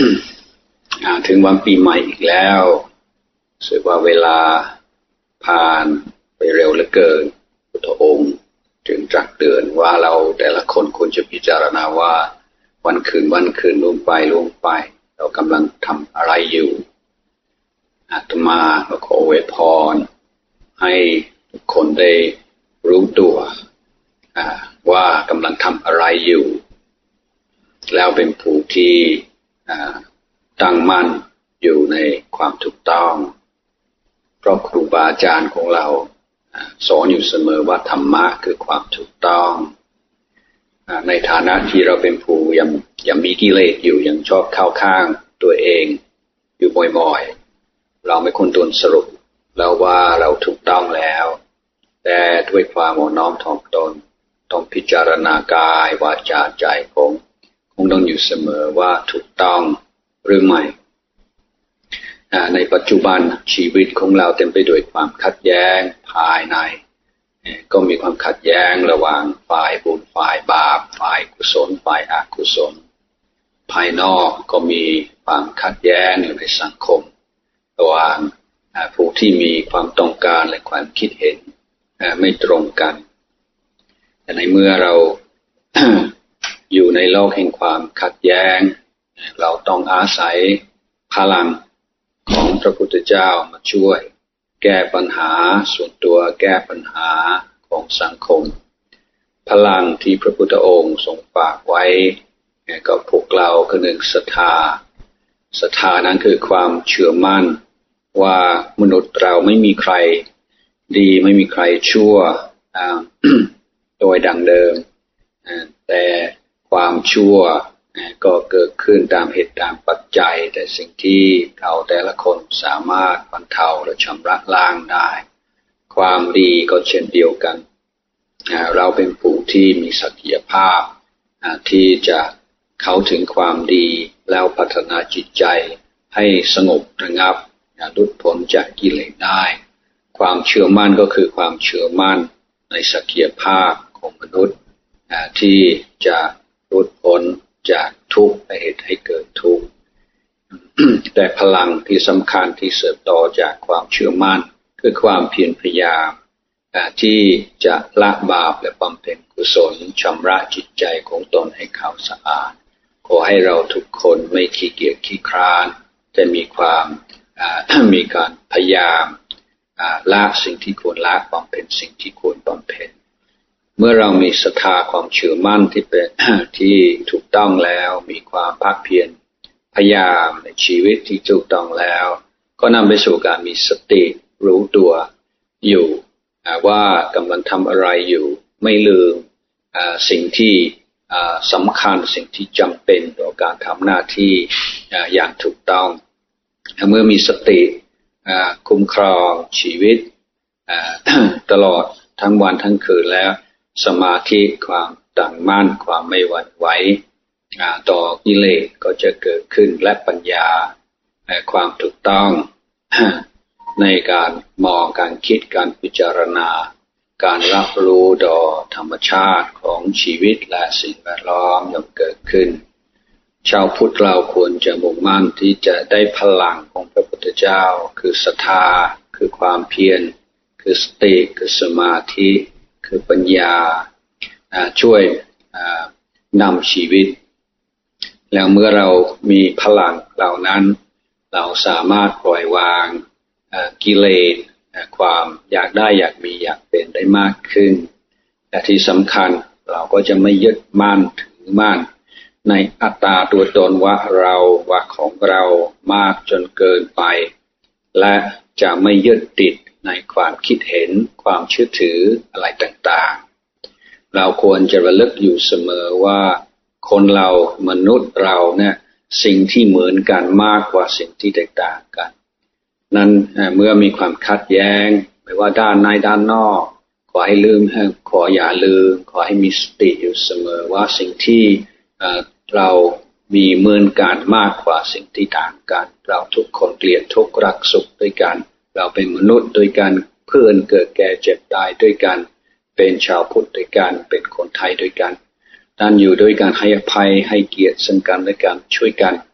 ถึงวันปีใหม่อีกแล้วรู้สึกว่าเวลาผ่านไปเร็วเหลือเกินพุทธองค์จึงตรัสเตือนว่าเราแต่ละคนควรจะพิจารณาว่าวันคืนล่วงไปเรากำลังทำอะไรอยู่อาตมาก็ขออวยพรให้ทุกคนได้รู้ตัวว่ากำลังทำอะไรอยู่แล้วเป็นผู้ที่ตั้งมั่นอยู่ในความถูกต้องเพราะครูบาอาจารย์ของเราสอนอยู่เสมอว่าธรรมะคือความถูกต้องในฐานะที่เราเป็นผู้ยังมีกิเลสอยู่ยังชอบเข้าข้างตัวเองอยู่บ่อยๆเราไม่ควรตนสรุปแล้วว่าเราถูกต้องแล้วแต่ด้วยความอ่อนน้อมถ่อมตนต้องพิจารณากายวาจาใจคงต้องอยู่เสมอว่าถูกต้องหรือไม่ในปัจจุบันชีวิตของเราเต็มไปด้วยความขัดแย้งภายในก็มีความขัดแย้งระหว่างฝ่ายบุญฝ่ายบาปฝ่ายกุศลฝ่ายอกุศลภายนอกก็มีความขัดแย้งอยู่ในสังคมระหว่างผู้ที่มีความต้องการและความคิดเห็นไม่ตรงกันแต่ในเมื่อเรา อยู่ในโลกแห่งความขัดแย้งเราต้องอาศัยพลังของพระพุทธเจ้ามาช่วยแก้ปัญหาส่วนตัวแก้ปัญหาของสังคมพลังที่พระพุทธองค์ทรงฝากไว้กับพวกเราคือหนึ่งศรัทธานั้นคือความเชื่อมั่นว่ามนุษย์เราไม่มีใครดีไม่มีใครชั่ว โดยดังเดิมแต่ความชั่วก็เกิดขึ้นตามเหตุตามปัจจัยแต่สิ่งที่เราแต่ละคนสามารถบรรเทาและชำระล้างได้ความดีก็เช่นเดียวกันเราเป็นผู้ที่มีศักยภาพที่จะเข้าถึงความดีแล้วพัฒนาจิตใจให้สงบระงับหลุดพ้นจากกิเลสได้ความเชื่อมั่นก็คือความเชื่อมั่นในศักยภาพของมนุษย์ที่จะหลุดพ้นจากทุกข์เหตุให้เกิดทุกข์ แต่พลังที่สำคัญที่สืบต่อจากความเชื่อมั่นคือความเพียรพยายามที่จะละบาปและบำเพ็ญกุศลชำระจิตใจของตนให้ขาวสะอาดขอให้เราทุกคนไม่ขี้เกียจขี้คร้านจะมีความมีการพยายามละสิ่งที่ควรละบำเพ็ญสิ่งที่ควรบำเพ็ญเมื่อเรามีศรัทธาความเชื่อมั่นที่เป็น ที่ถูกต้องแล้วมีความภาคเพียรพยายามในชีวิตที่ถูกต้องแล้วก็นำไปสู่การมีสติรู้ตัวอยู่ว่ากำลังทำอะไรอยู่ไม่ลืมสิ่งที่สำคัญสิ่งที่จำเป็นต่อการทำหน้าที่อย่างถูกต้องเมื่อมีสติคุ้มครองชีวิต ตลอดทั้งวันทั้งคืนแล้วสมาธิความตั้งมั่นความไม่หวั่นไหวต่อกิเลสก็จะเกิดขึ้นและปัญญาความถูกต้อง ในการมองการคิดการพิจารณาการรับรู้ต่อธรรมชาติของชีวิตและสิ่งแวดล้อมย่อมเกิดขึ้นชาวพุทธเราควรจะมุ่งมั่นที่จะได้พลังของพระพุทธเจ้าคือศรัทธาคือความเพียรคือสติคือสมาธิคือปัญญาช่วยนำชีวิตแล้วเมื่อเรามีพลังเหล่านั้นเราสามารถปล่อยวางกิเลสความอยากได้อยากมีอยากเป็นได้มากขึ้นแต่ที่สำคัญเราก็จะไม่ยึดมั่นถือมั่นในอัตตาตัวตนว่าเราว่าของเรามากจนเกินไปและจะไม่ยึดติดในความคิดเห็นความเชื่อถืออะไรต่างๆเราควรจะระลึกอยู่เสมอว่าคนเรามนุษย์เราเนี่ยสิ่งที่เหมือนกันมากกว่าสิ่งที่แตกต่างกันนั้นเมื่อมีความขัดแย้งไม่ว่าด้านในด้านนอกขออย่าลืมขอให้มีสติอยู่เสมอว่าสิ่งที่เรามีเหมือนกันมากกว่าสิ่งที่ต่างกันเราทุกคนเกลียดทุกข์รักสุขด้วยกันเราเป็นมนุษย์ด้วยกันเพื่อนเกิดแก่เจ็บตายด้วยกันเป็นชาวพุทธด้วยกันเป็นคนไทยด้วยกันท่านอยู่ด้วยกันให้อภัยให้เกียรติซึ่งกันและกันช่วยกัน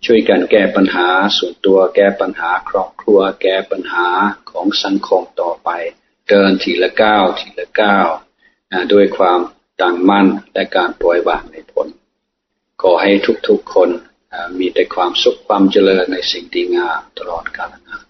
ช่วยกันแก้ปัญหาส่วนตัวแก้ปัญหาครอบครัวแก้ปัญหาของสังคมต่อไปเดินทีละก้าวทีละก้าวด้วยความตั้งมั่นและการปล่อยวางในผลขอให้ทุกๆคนมีแต่ความสุขความเจริญในสิ่งดีงามตลอดกาลนาน